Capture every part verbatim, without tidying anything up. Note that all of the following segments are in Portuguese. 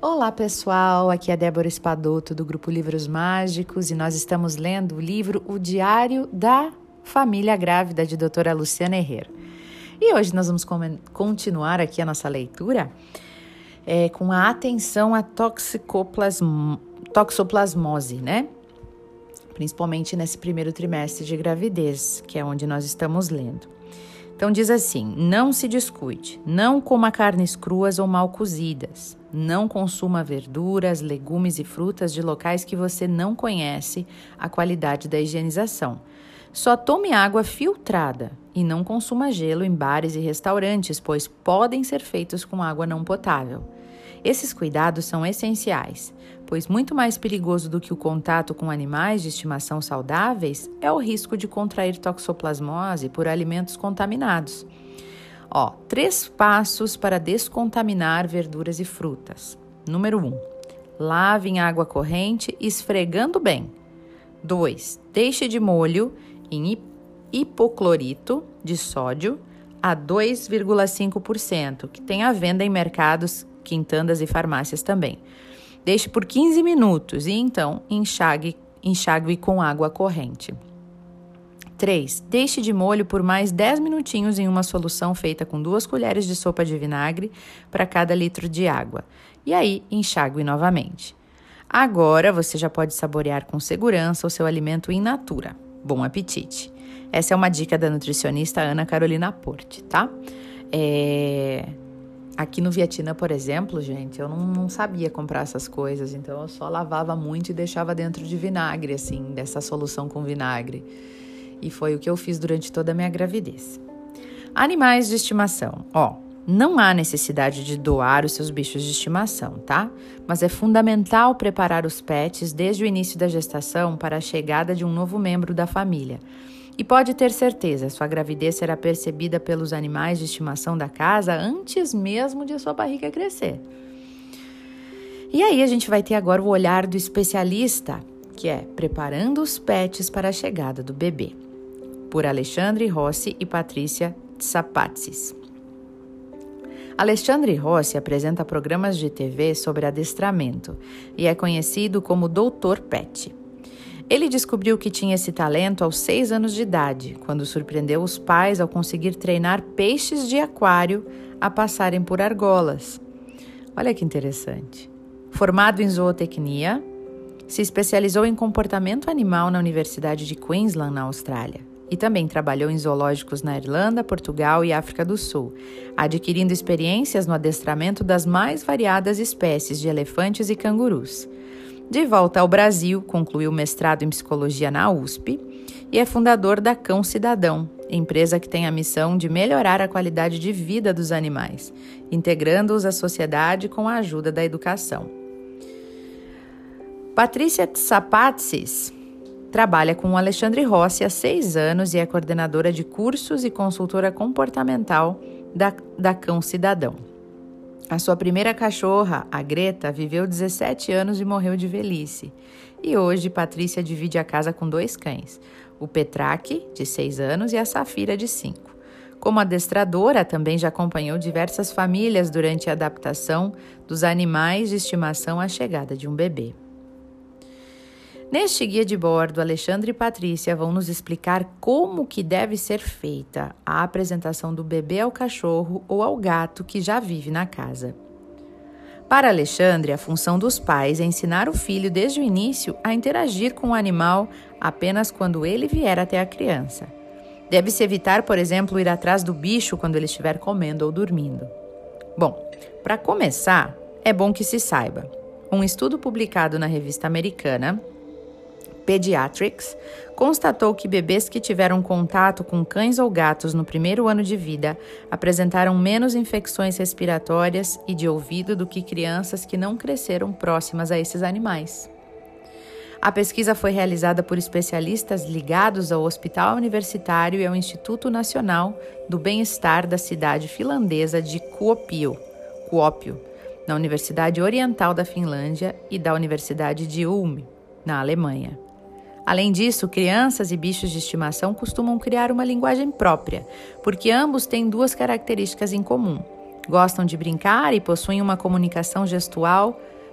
Olá pessoal, aqui é Débora Espadoto do Grupo Livros Mágicos e nós estamos lendo o livro O Diário da Família Grávida de doutora Luciana Herrero. E hoje nós vamos continuar aqui a nossa leitura é, com a atenção à toxicoplasm... toxoplasmose, né? Principalmente nesse primeiro trimestre de gravidez, que é onde nós estamos lendo. Então diz assim: não se descuide, não coma carnes cruas ou mal cozidas, não consuma verduras, legumes e frutas de locais que você não conhece a qualidade da higienização. Só tome água filtrada e não consuma gelo em bares e restaurantes, pois podem ser feitos com água não potável. Esses cuidados são essenciais, pois muito mais perigoso do que o contato com animais de estimação saudáveis é o risco de contrair toxoplasmose por alimentos contaminados. Ó, três passos para descontaminar verduras e frutas. Número um, lave em água corrente esfregando bem. dois, deixe de molho em hipoclorito de sódio a dois vírgula cinco por cento, que tem à venda em mercados, quintandas e farmácias também. Deixe por quinze minutos e então enxague, enxague com água corrente. três. Deixe de molho por mais dez minutinhos em uma solução feita com duas colheres de sopa de vinagre para cada litro de água. E aí, enxague novamente. Agora, você já pode saborear com segurança o seu alimento in natura. Bom apetite! Essa é uma dica da nutricionista Ana Carolina Porte, tá? É... Aqui no Vietnã, por exemplo, gente, eu não, não sabia comprar essas coisas, então eu só lavava muito e deixava dentro de vinagre, assim, dessa solução com vinagre. E foi o que eu fiz durante toda a minha gravidez. Animais de estimação. Ó, não há necessidade de doar os seus bichos de estimação, tá? Mas é fundamental preparar os pets desde o início da gestação para a chegada de um novo membro da família. E pode ter certeza, sua gravidez será percebida pelos animais de estimação da casa antes mesmo de sua barriga crescer. E aí a gente vai ter agora o olhar do especialista, que é Preparando os Pets para a Chegada do Bebê, por Alexandre Rossi e Patrícia Tsapatsis. Alexandre Rossi apresenta programas de T V sobre adestramento e é conhecido como doutor Pet. Ele descobriu que tinha esse talento aos seis anos de idade, quando surpreendeu os pais ao conseguir treinar peixes de aquário a passarem por argolas. Olha que interessante. Formado em zootecnia, se especializou em comportamento animal na Universidade de Queensland, na Austrália, e também trabalhou em zoológicos na Irlanda, Portugal e África do Sul, adquirindo experiências no adestramento das mais variadas espécies de elefantes e cangurus. De volta ao Brasil, concluiu mestrado em psicologia na U S P e é fundador da Cão Cidadão, empresa que tem a missão de melhorar a qualidade de vida dos animais, integrando-os à sociedade com a ajuda da educação. Patrícia Tsapatsis trabalha com o Alexandre Rossi há seis anos e é coordenadora de cursos e consultora comportamental da, da Cão Cidadão. A sua primeira cachorra, a Greta, viveu dezessete anos e morreu de velhice. E hoje, Patrícia divide a casa com dois cães, o Petraque, de seis anos, e a Safira, de cinco. Como adestradora, também já acompanhou diversas famílias durante a adaptação dos animais de estimação à chegada de um bebê. Neste guia de bordo, Alexandre e Patrícia vão nos explicar como que deve ser feita a apresentação do bebê ao cachorro ou ao gato que já vive na casa. Para Alexandre, a função dos pais é ensinar o filho desde o início a interagir com o animal apenas quando ele vier até a criança. Deve-se evitar, por exemplo, ir atrás do bicho quando ele estiver comendo ou dormindo. Bom, para começar, é bom que se saiba. Um estudo publicado na revista americana Pediatrics constatou que bebês que tiveram contato com cães ou gatos no primeiro ano de vida apresentaram menos infecções respiratórias e de ouvido do que crianças que não cresceram próximas a esses animais. A pesquisa foi realizada por especialistas ligados ao Hospital Universitário e ao Instituto Nacional do Bem-Estar da cidade finlandesa de Kuopio, Kuopio, na Universidade Oriental da Finlândia e da Universidade de Ulm, na Alemanha. Além disso, crianças e bichos de estimação costumam criar uma linguagem própria, porque ambos têm duas características em comum. Gostam de brincar e possuem uma comunicação gestual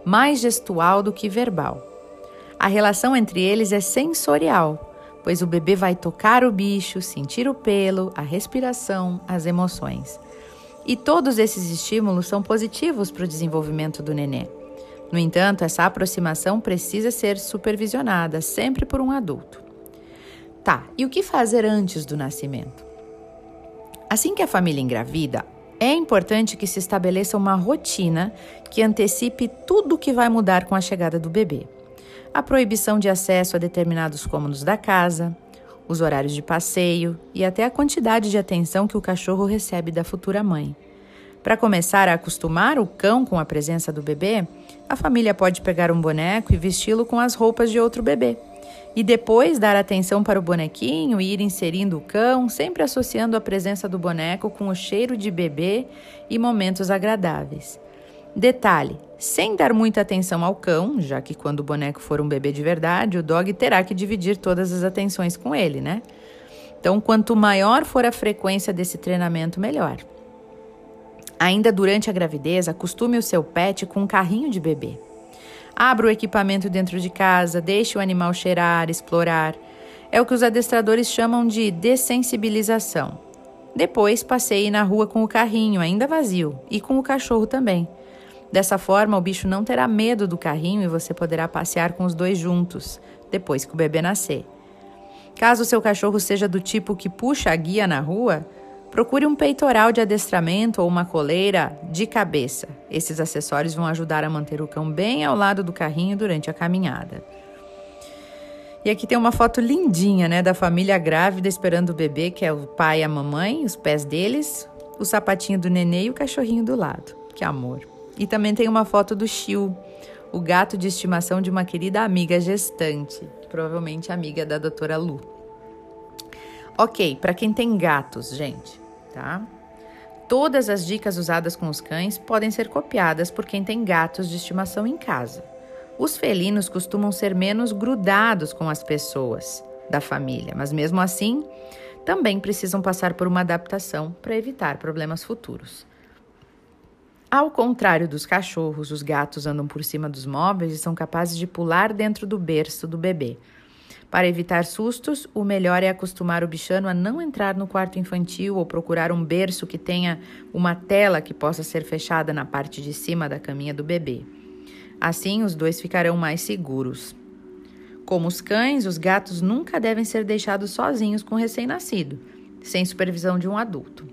mais gestual do que verbal. A relação entre eles é sensorial, pois o bebê vai tocar o bicho, sentir o pelo, a respiração, as emoções. E todos esses estímulos são positivos para o desenvolvimento do nenê. No entanto, essa aproximação precisa ser supervisionada, sempre por um adulto. Tá, e o que fazer antes do nascimento? Assim que a família engravida, é importante que se estabeleça uma rotina que antecipe tudo o que vai mudar com a chegada do bebê. A proibição de acesso a determinados cômodos da casa, os horários de passeio e até a quantidade de atenção que o cachorro recebe da futura mãe. Para começar a acostumar o cão com a presença do bebê, a família pode pegar um boneco e vesti-lo com as roupas de outro bebê. E depois dar atenção para o bonequinho e ir inserindo o cão, sempre associando a presença do boneco com o cheiro de bebê e momentos agradáveis. Detalhe, sem dar muita atenção ao cão, já que quando o boneco for um bebê de verdade, o dog terá que dividir todas as atenções com ele, né? Então, quanto maior for a frequência desse treinamento, melhor. Ainda durante a gravidez, acostume o seu pet com um carrinho de bebê. Abra o equipamento dentro de casa, deixe o animal cheirar, explorar. É o que os adestradores chamam de dessensibilização. Depois, passeie na rua com o carrinho, ainda vazio, e com o cachorro também. Dessa forma, o bicho não terá medo do carrinho e você poderá passear com os dois juntos, depois que o bebê nascer. Caso o seu cachorro seja do tipo que puxa a guia na rua, procure um peitoral de adestramento ou uma coleira de cabeça. Esses acessórios vão ajudar a manter o cão bem ao lado do carrinho durante a caminhada. E aqui tem uma foto lindinha, né, da família grávida esperando o bebê, que é o pai e a mamãe, os pés deles, o sapatinho do nenê e o cachorrinho do lado. Que amor! E também tem uma foto do Chiu, o gato de estimação de uma querida amiga gestante, provavelmente amiga da doutora Lu. Ok, para quem tem gatos, gente, tá? Todas as dicas usadas com os cães podem ser copiadas por quem tem gatos de estimação em casa. Os felinos costumam ser menos grudados com as pessoas da família, mas mesmo assim, também precisam passar por uma adaptação para evitar problemas futuros. Ao contrário dos cachorros, os gatos andam por cima dos móveis e são capazes de pular dentro do berço do bebê. Para evitar sustos, o melhor é acostumar o bichano a não entrar no quarto infantil ou procurar um berço que tenha uma tela que possa ser fechada na parte de cima da caminha do bebê. Assim, os dois ficarão mais seguros. Como os cães, os gatos nunca devem ser deixados sozinhos com o recém-nascido, sem supervisão de um adulto.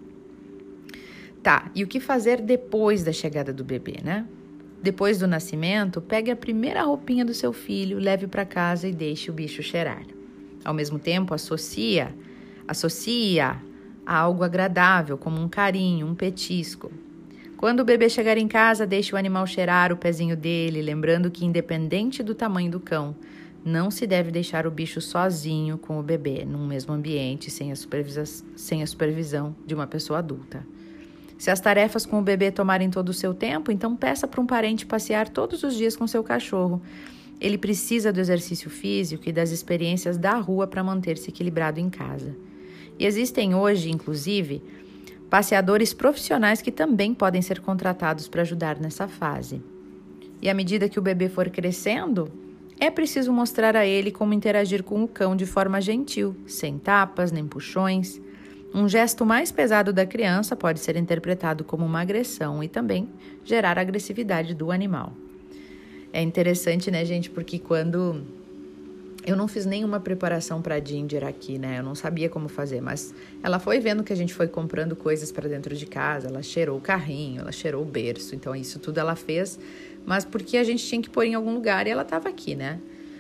Tá, e o que fazer depois da chegada do bebê, né? Depois do nascimento, pegue a primeira roupinha do seu filho, leve para casa e deixe o bicho cheirar. Ao mesmo tempo, associa, associa a algo agradável, como um carinho, um petisco. Quando o bebê chegar em casa, deixe o animal cheirar o pezinho dele, lembrando que, independente do tamanho do cão, não se deve deixar o bicho sozinho com o bebê, num mesmo ambiente, sem a supervisão, sem a supervisão de uma pessoa adulta. Se as tarefas com o bebê tomarem todo o seu tempo, então peça para um parente passear todos os dias com seu cachorro. Ele precisa do exercício físico e das experiências da rua para manter-se equilibrado em casa. E existem hoje, inclusive, passeadores profissionais que também podem ser contratados para ajudar nessa fase. E à medida que o bebê for crescendo, é preciso mostrar a ele como interagir com o cão de forma gentil, sem tapas nem puxões. Um gesto mais pesado da criança pode ser interpretado como uma agressão e também gerar agressividade do animal. É interessante, né, gente, porque quando... Eu não fiz nenhuma preparação para a Ginger aqui, né? Eu não sabia como fazer, mas ela foi vendo que a gente foi comprando coisas para dentro de casa, ela cheirou o carrinho, ela cheirou o berço, então isso tudo ela fez, mas porque a gente tinha que pôr em algum lugar e ela estava aqui, né?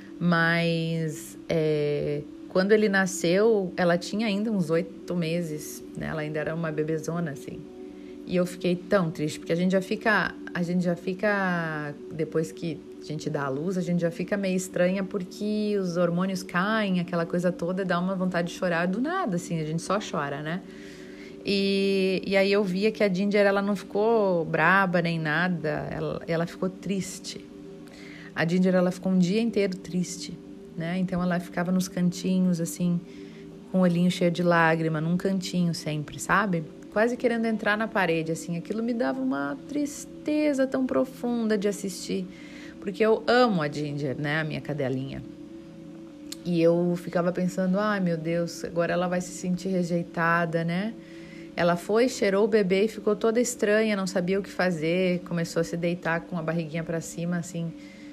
Mas... É... Quando ele nasceu, ela tinha ainda uns oito meses, né? Ela ainda era uma bebezona, assim. E eu fiquei tão triste, porque a gente já fica, a gente já fica, depois que a gente dá a luz, a gente já fica meio estranha, porque os hormônios caem, aquela coisa toda, dá uma vontade de chorar do nada, assim, a gente só chora, né? E, e aí eu via que a Ginger, ela não ficou braba nem nada, ela, ela ficou triste. A Ginger, ela ficou um dia inteiro triste. Né? Então ela ficava nos cantinhos assim, com o olhinho cheio de lágrima, num cantinho sempre, sabe? quase querendo entrar na parede, assim. Aquilo me dava uma tristeza tão profunda de assistir, porque eu amo a Ginger, né, a minha cadelinha. E eu ficava pensando, ai meu Deus, agora ela vai se sentir rejeitada, né? Ela foi, cheirou o bebê e ficou toda estranha, não sabia o que fazer, começou a se deitar com a barriguinha para cima, assim,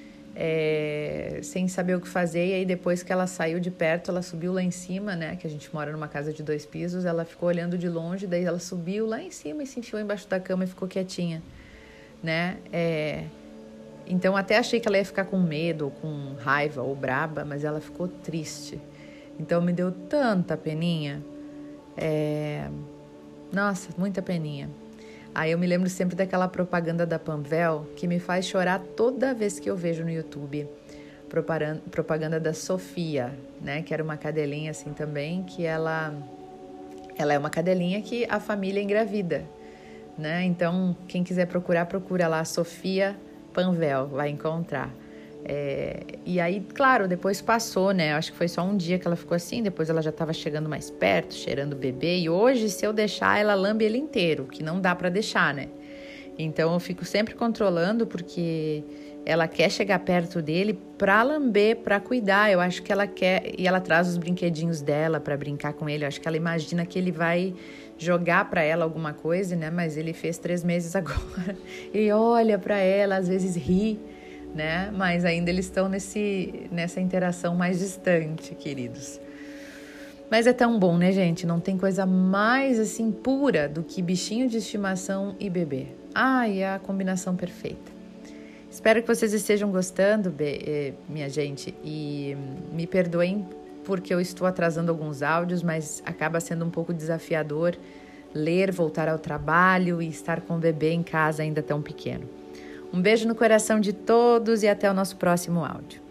é, sem saber o que fazer. E aí depois que ela saiu de perto, ela subiu lá em cima, né? Que a gente mora numa casa de dois pisos, ela ficou olhando de longe, daí ela subiu lá em cima e se enfiou embaixo da cama e ficou quietinha, né? É... Então, até achei que ela ia ficar com medo, ou com raiva, ou braba, mas ela ficou triste. Então, me deu tanta peninha. É... Nossa, muita peninha. Aí eu me lembro sempre daquela propaganda da Panvel, que me faz chorar toda vez que eu vejo no YouTube. Propaganda da Sofia, né? Que era uma cadelinha assim também, que ela, ela é uma cadelinha que a família engravida, né? Então, quem quiser procurar, procura lá, Sofia Panvel, vai encontrar. É, e aí, claro, depois passou, né? Acho que foi só um dia que ela ficou assim, depois ela já estava chegando mais perto, cheirando o bebê, e hoje, se eu deixar, ela lambe ele inteiro, que não dá para deixar, né? Então, eu fico sempre controlando, porque ela quer chegar perto dele para lamber, para cuidar. Eu acho que ela quer, e ela traz os brinquedinhos dela para brincar com ele. Eu acho que ela imagina que ele vai jogar para ela alguma coisa, né? Mas ele fez três meses agora. E olha para ela, às vezes ri, né? Mas ainda eles estão nesse, nessa interação mais distante, queridos. Mas é tão bom, né, gente? Não tem coisa mais, assim, pura do que bichinho de estimação e bebê. Ai, é a combinação perfeita. Espero que vocês estejam gostando, minha gente, e me perdoem porque eu estou atrasando alguns áudios, mas acaba sendo um pouco desafiador ler, voltar ao trabalho e estar com o bebê em casa ainda tão pequeno. Um beijo no coração de todos e até o nosso próximo áudio.